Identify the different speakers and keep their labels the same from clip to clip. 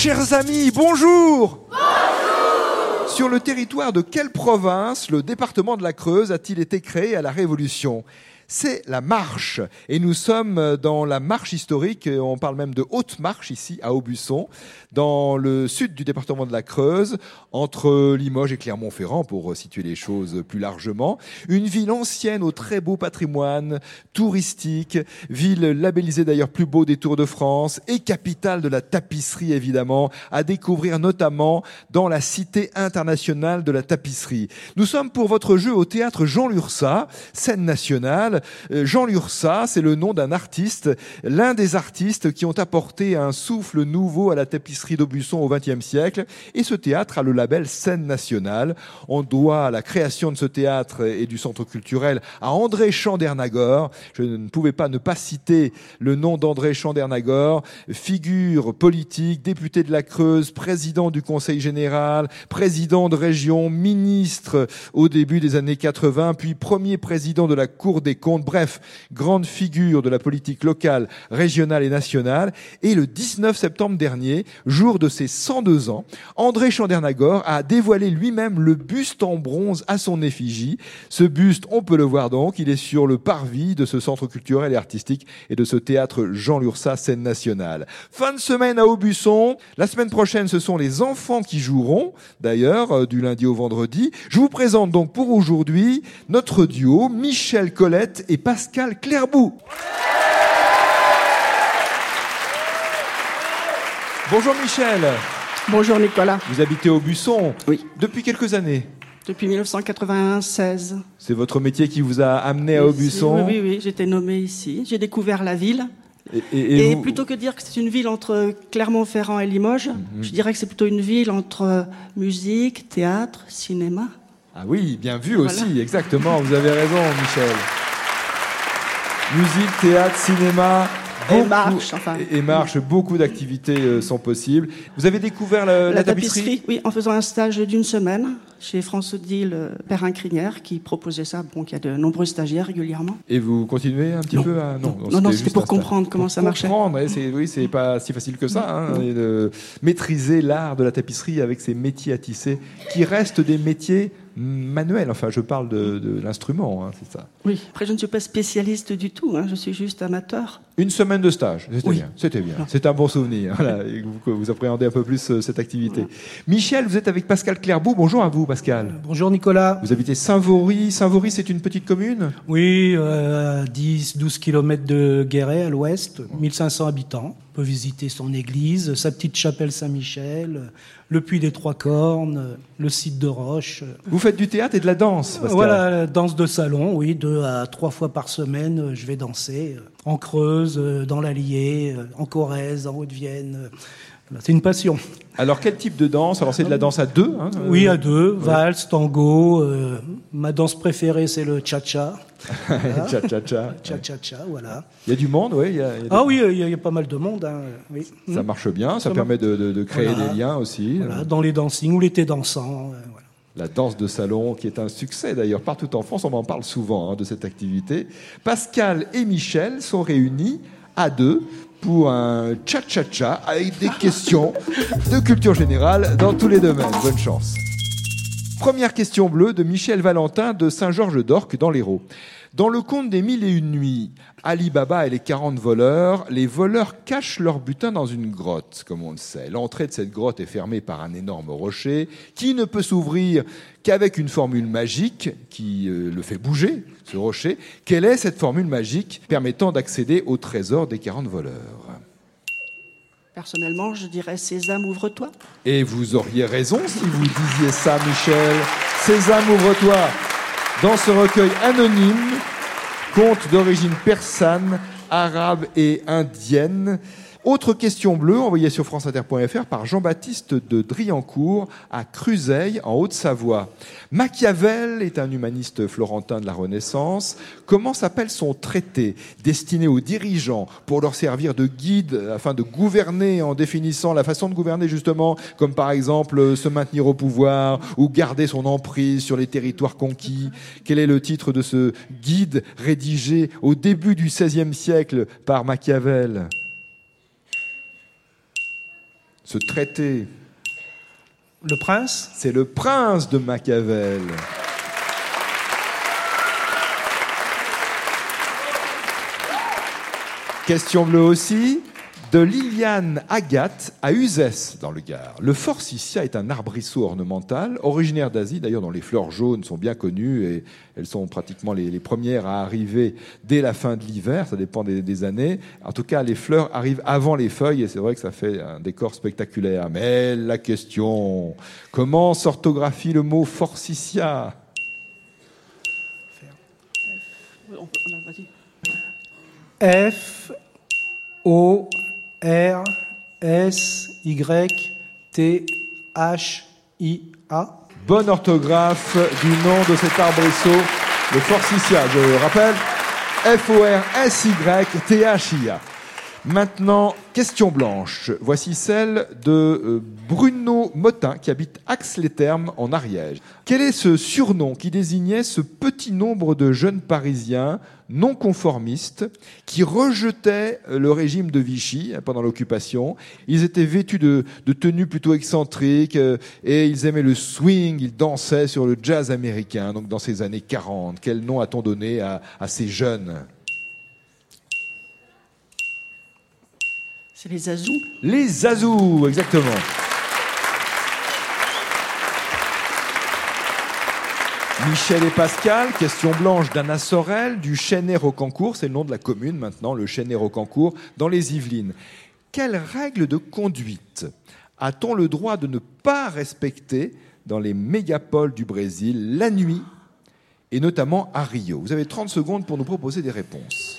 Speaker 1: Chers amis, bonjour. Bonjour. Sur le territoire de quelle province le département de la Creuse a-t-il été créé à la Révolution ? C'est la Marche. Et nous sommes dans la Marche historique, on parle même de Haute Marche ici à Aubusson, dans le sud du département de la Creuse, entre Limoges et Clermont-Ferrand, pour situer les choses plus largement. Une ville ancienne au très beau patrimoine touristique, ville labellisée d'ailleurs plus beau des Tours de France et capitale de la tapisserie évidemment, à découvrir notamment dans la Cité internationale de la tapisserie. Nous sommes pour votre jeu au théâtre Jean Lurçat, scène nationale. Jean Lurçat, c'est le nom d'un artiste, l'un des artistes qui ont apporté un souffle nouveau à la tapisserie d'Aubusson au XXe siècle. Et ce théâtre a le label Scène nationale. On doit la création de ce théâtre et du centre culturel à André Chandernagor. Je ne pouvais pas ne pas citer le nom d'André Chandernagor, figure politique, député de la Creuse, président du Conseil général, président de région, ministre au début des années 80, puis premier président de la Cour des comptes, bref, grande figure de la politique locale, régionale et nationale. Et le 19 septembre dernier, jour de ses 102 ans, André Chandernagor a dévoilé lui-même le buste en bronze à son effigie. Ce buste, on peut le voir donc, il est sur le parvis de ce centre culturel et artistique et de ce théâtre Jean Lurçat, scène nationale. Fin de semaine à Aubusson. La semaine prochaine, ce sont les enfants qui joueront, d'ailleurs, du lundi au vendredi. Je vous présente donc pour aujourd'hui notre duo, Michel Colette et Pascal Clairbout. Bonjour Michel.
Speaker 2: Bonjour Nicolas.
Speaker 1: Vous habitez Aubusson.
Speaker 2: Oui.
Speaker 1: Depuis quelques années.
Speaker 2: Depuis 1996.
Speaker 1: C'est votre métier qui vous a amené à Aubusson.
Speaker 2: Oui, j'étais nommée ici. J'ai découvert la ville.
Speaker 1: Et
Speaker 2: plutôt que de dire que c'est une ville entre Clermont-Ferrand et Limoges, je dirais que c'est plutôt une ville entre musique, théâtre, cinéma.
Speaker 1: Ah oui, bien vu aussi, exactement. Vous avez raison Michel. Musique, théâtre, cinéma... Et marche, beaucoup d'activités sont possibles. Vous avez découvert la tapisserie ?
Speaker 2: Oui, en faisant un stage d'une semaine chez France-Odile Perrin-Crinière qui proposait ça. Bon, il y a de nombreux stagiaires régulièrement.
Speaker 1: Et vous continuez un petit peu à...
Speaker 2: Non, c'était pour comprendre comment ça marchait.
Speaker 1: Oui, c'est pas si facile que ça, et de maîtriser l'art de la tapisserie avec ces métiers à tisser qui restent des métiers manuel, enfin je parle de l'instrument, c'est ça.
Speaker 2: Oui, après je ne suis pas spécialiste du tout, je suis juste amateur.
Speaker 1: Une semaine de stage, c'était bien.
Speaker 2: Non.
Speaker 1: C'est un bon souvenir, voilà, et que vous appréhendez un peu plus cette activité. Ouais. Michel, vous êtes avec Pascal Clairbout, bonjour à vous Pascal.
Speaker 3: Bonjour Nicolas.
Speaker 1: Vous habitez Saint-Vaury, Saint-Vaury c'est une petite commune ?
Speaker 3: Oui, 10-12 km de Guéret à l'ouest, 1500 habitants. On peut visiter son église, sa petite chapelle Saint-Michel, le puits des Trois Cornes, le site de Roche.
Speaker 1: Vous faites du théâtre et de la danse, Pascal ?
Speaker 3: Voilà, danse de salon, oui, 2 à 3 fois par semaine, je vais danser en Creuse, dans l'Allier, en Corrèze, en Haute-Vienne. C'est une passion.
Speaker 1: Alors, quel type de danse ? Alors, c'est de la danse à deux,
Speaker 3: Oui, à deux, valse, tango. Ma danse préférée, c'est le cha-cha.
Speaker 1: Voilà. Cha-cha-cha.
Speaker 3: Cha-cha-cha, voilà.
Speaker 1: Il y a du monde, oui.
Speaker 3: Oui, il y a pas mal de monde. Oui.
Speaker 1: Ça marche bien, ça permet de créer des liens aussi.
Speaker 3: Voilà, dans les dancings ou l'été dansant. Voilà.
Speaker 1: La danse de salon, qui est un succès d'ailleurs partout en France, on en parle souvent de cette activité. Pascal et Michel sont réunis à deux pour un cha-cha-cha avec des questions de culture générale dans tous les domaines. Bonne chance. Première question bleue de Michel Valentin de Saint-Georges-d'Orques dans l'Hérault. Dans le conte des 1001 nuits, Ali Baba et les 40 voleurs, les voleurs cachent leur butin dans une grotte, comme on le sait. L'entrée de cette grotte est fermée par un énorme rocher qui ne peut s'ouvrir qu'avec une formule magique qui le fait bouger, ce rocher. Quelle est cette formule magique permettant d'accéder au trésor des 40 voleurs ?
Speaker 2: Personnellement, je dirais Sésame, ouvre-toi.
Speaker 1: Et vous auriez raison si vous disiez ça, Michel. Sésame, ouvre-toi. Dans ce recueil anonyme, conte d'origine persane, arabe et indienne. Autre question bleue envoyée sur franceinter.fr par Jean-Baptiste de Driancourt à Cruseilles, en Haute-Savoie. Machiavel est un humaniste florentin de la Renaissance. Comment s'appelle son traité destiné aux dirigeants pour leur servir de guide afin de gouverner en définissant la façon de gouverner justement, comme par exemple se maintenir au pouvoir ou garder son emprise sur les territoires conquis? Quel est le titre de ce guide rédigé au début du XVIe siècle par Machiavel ? Ce traité,
Speaker 3: Le Prince.
Speaker 1: c'est Le Prince de Machiavel. Question bleue aussi. De Liliane Agathe à Uzès, dans le Gard. Le forsythia est un arbrisseau ornemental, originaire d'Asie, d'ailleurs dont les fleurs jaunes sont bien connues et elles sont pratiquement les premières à arriver dès la fin de l'hiver, ça dépend des années. En tout cas, les fleurs arrivent avant les feuilles et c'est vrai que ça fait un décor spectaculaire. Mais la question, comment s'orthographie le mot forsythia ?
Speaker 3: F-O-R-S-Y-T-H-I-A.
Speaker 1: Bonne orthographe du nom de cet arbrisseau, le forsythia, je le rappelle, F-O-R-S-Y-T-H-I-A. Maintenant, question blanche. Voici celle de Bruno Motin, qui habite Ax-les-Thermes, en Ariège. Quel est ce surnom qui désignait ce petit nombre de jeunes Parisiens non conformistes qui rejetaient le régime de Vichy pendant l'occupation? Ils étaient vêtus de tenues plutôt excentriques et ils aimaient le swing, ils dansaient sur le jazz américain, donc dans ces années 40. Quel nom a-t-on donné à ces jeunes ?
Speaker 2: C'est les Azous.
Speaker 1: Les Azous, exactement. Michel et Pascal, question blanche d'Anna Sorel, du Chênay-Rocancourt, c'est le nom de la commune maintenant, le Chênay-Rocancourt, dans les Yvelines. Quelle règle de conduite a-t-on le droit de ne pas respecter dans les mégapoles du Brésil la nuit, et notamment à Rio? Vous avez 30 secondes pour nous proposer des réponses.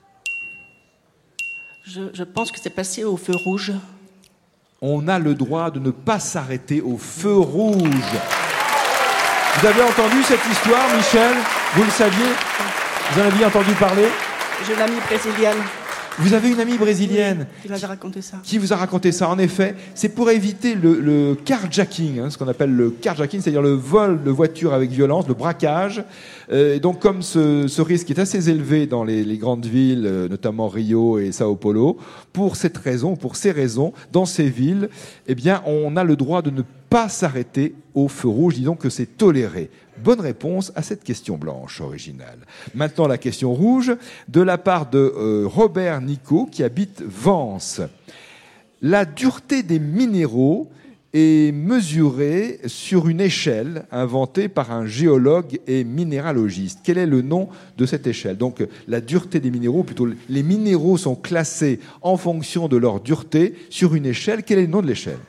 Speaker 2: Je pense que c'est passé au feu rouge.
Speaker 1: On a le droit de ne pas s'arrêter au feu rouge. Vous avez entendu cette histoire, Michel? Vous le saviez? Vous en aviez entendu parler?
Speaker 2: J'ai l'amie brésilienne.
Speaker 1: Vous avez une amie brésilienne
Speaker 2: qui m'avait raconté ça.
Speaker 1: Qui vous a raconté ça, en effet. C'est pour éviter le carjacking, ce qu'on appelle le carjacking, c'est-à-dire le vol de voitures avec violence, le braquage. Et donc, comme ce risque est assez élevé dans les grandes villes, notamment Rio et Sao Paulo, pour ces raisons, dans ces villes, eh bien, on a le droit de ne pas s'arrêter au feu rouge. Disons que c'est toléré. Bonne réponse à cette question blanche originale. Maintenant, la question rouge, de la part de Robert Nicot, qui habite Vence. La dureté des minéraux est mesurée sur une échelle inventée par un géologue et minéralogiste. Quel est le nom de cette échelle? Donc, la dureté des minéraux, plutôt les minéraux sont classés en fonction de leur dureté sur une échelle. Quel est le nom de l'échelle?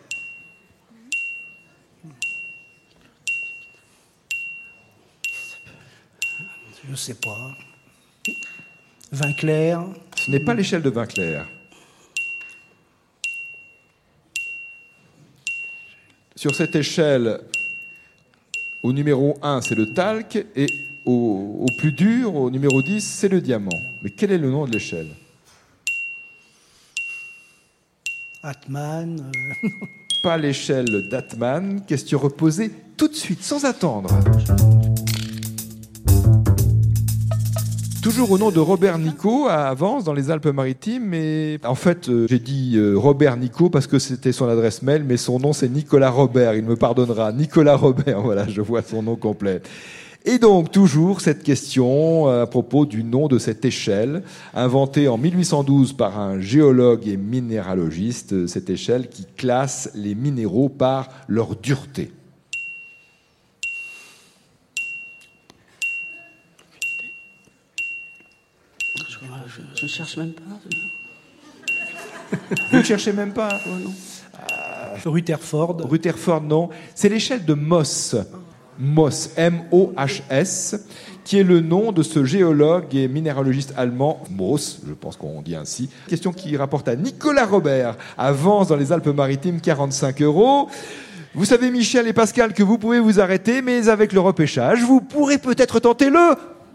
Speaker 3: Je ne sais pas. Vinclair.
Speaker 1: Ce n'est pas l'échelle de Vinclair. Sur cette échelle, au numéro 1, c'est le talc, et au plus dur, au numéro 10, c'est le diamant. Mais quel est le nom de l'échelle?
Speaker 3: Atman.
Speaker 1: Pas l'échelle d'Atman. Question reposée tout de suite, sans attendre. Toujours au nom de Robert Nicot, à Vence, dans les Alpes-Maritimes. Mais en fait, j'ai dit Robert Nicot parce que c'était son adresse mail, mais son nom, c'est Nicolas Robert. Il me pardonnera. Nicolas Robert, voilà, je vois son nom complet. Et donc, toujours cette question à propos du nom de cette échelle, inventée en 1812 par un géologue et minéralogiste, cette échelle qui classe les minéraux par leur dureté.
Speaker 2: Je ne cherche même pas.
Speaker 1: Vous ne cherchez même pas?
Speaker 2: Oh, non.
Speaker 3: Rutherford.
Speaker 1: Rutherford, non. C'est l'échelle de Mohs. Mohs, M-O-H-S, qui est le nom de ce géologue et minéralogiste allemand, Mohs, je pense qu'on dit ainsi. Question qui rapporte à Nicolas Robert, à Vence, dans les Alpes-Maritimes, 45 €. Vous savez, Michel et Pascal, que vous pouvez vous arrêter, mais avec le repêchage, vous pourrez peut-être tenter le...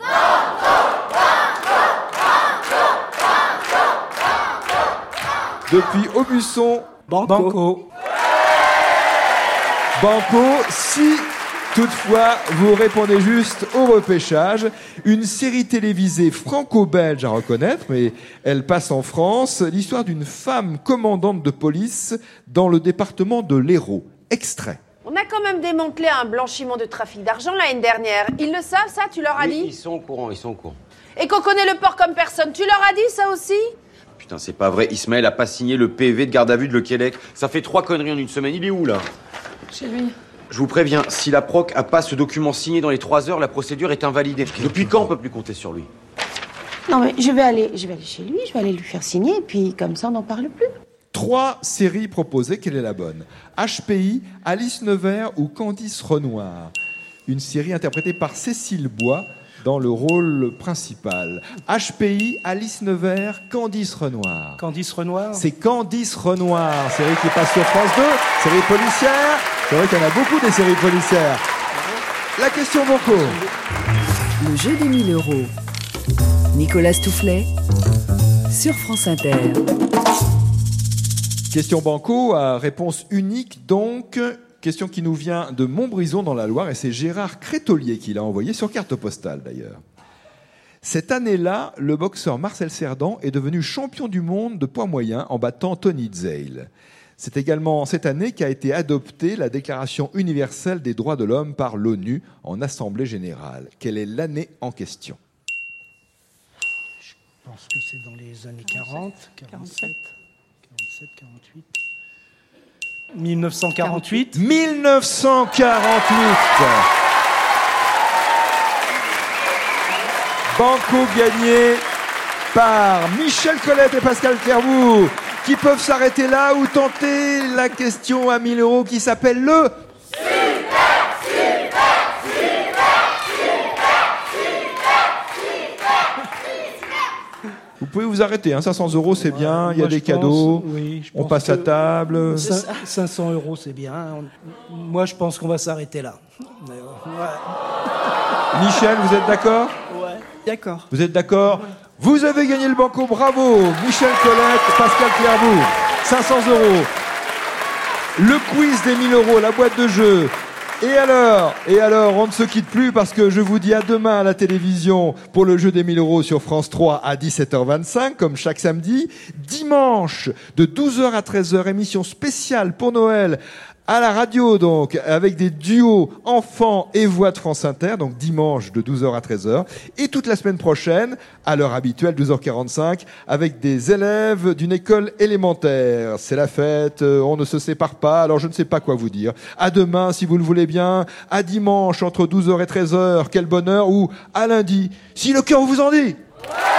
Speaker 1: Depuis Aubusson,
Speaker 3: Banco.
Speaker 1: Banco, si Toutefois, vous répondez juste au repêchage. Une série télévisée franco-belge à reconnaître, mais elle passe en France. L'histoire d'une femme commandante de police dans le département de l'Hérault. Extrait.
Speaker 4: On a quand même démantelé un blanchiment de trafic d'argent l'année dernière. Ils le savent, ça, tu leur as dit?
Speaker 5: Ils sont au courant, ils sont au courant.
Speaker 4: Et qu'on connaît le port comme personne, tu leur as dit ça aussi?
Speaker 5: Putain, c'est pas vrai, Ismaël a pas signé le PV de garde à vue de Le Québec. Ça fait 3 conneries en une semaine, il est où là?
Speaker 4: Chez lui.
Speaker 5: Je vous préviens, si la proc a pas ce document signé dans les 3 heures, la procédure est invalidée. Depuis quand on peut plus compter sur lui?
Speaker 6: Non mais je vais aller chez lui, je vais aller lui faire signer, et puis comme ça on n'en parle plus.
Speaker 1: 3 séries proposées, quelle est la bonne? HPI, Alice Nevers ou Candice Renoir? Une série interprétée par Cécile Bois dans le rôle principal. HPI, Alice Nevers, Candice Renoir.
Speaker 3: Candice Renoir.
Speaker 1: C'est Candice Renoir, série qui passe sur France 2, série policière. C'est vrai qu'il y en a beaucoup des séries policières. La question Banco.
Speaker 7: Le jeu des 1000 €. Nicolas Stoufflet sur France Inter.
Speaker 1: Question Banco à réponse unique donc. Question qui nous vient de Montbrison dans la Loire et c'est Gérard Crétolier qui l'a envoyé sur carte postale d'ailleurs. Cette année-là, le boxeur Marcel Cerdan est devenu champion du monde de poids moyen en battant Tony Zeil. C'est également cette année qu'a été adoptée la Déclaration universelle des droits de l'homme par l'ONU en Assemblée générale. Quelle est l'année en question?
Speaker 3: Je pense que c'est dans les années 40, 47, 48. 1948.
Speaker 1: 1948. Banco gagné par Michel Colette et Pascal Clairvaux, qui peuvent s'arrêter là ou tenter la question à 1000 € qui s'appelle le... Vous pouvez vous arrêter, hein, 500 € c'est bien, il y a des cadeaux, on passe à table.
Speaker 3: 500 € c'est bien. Moi je pense qu'on va s'arrêter là.
Speaker 1: Michel, vous êtes d'accord?
Speaker 2: Ouais. D'accord.
Speaker 1: Vous êtes d'accord? Vous avez gagné le Banco, bravo Michel Colette, Pascal Clairvaux, 500 €. Le quiz des 1000 €, la boîte de jeu. Et alors, on ne se quitte plus parce que je vous dis à demain à la télévision pour le jeu des 1000 € sur France 3 à 17h25, comme chaque samedi. Dimanche, de 12h à 13h, émission spéciale pour Noël à la radio, donc, avec des duos enfants et voix de France Inter, donc dimanche de 12h à 13h. Et toute la semaine prochaine, à l'heure habituelle, 12h45, avec des élèves d'une école élémentaire. C'est la fête, on ne se sépare pas, alors je ne sais pas quoi vous dire. À demain, si vous le voulez bien, à dimanche, entre 12h et 13h, quel bonheur, ou à lundi, si le cœur vous en dit.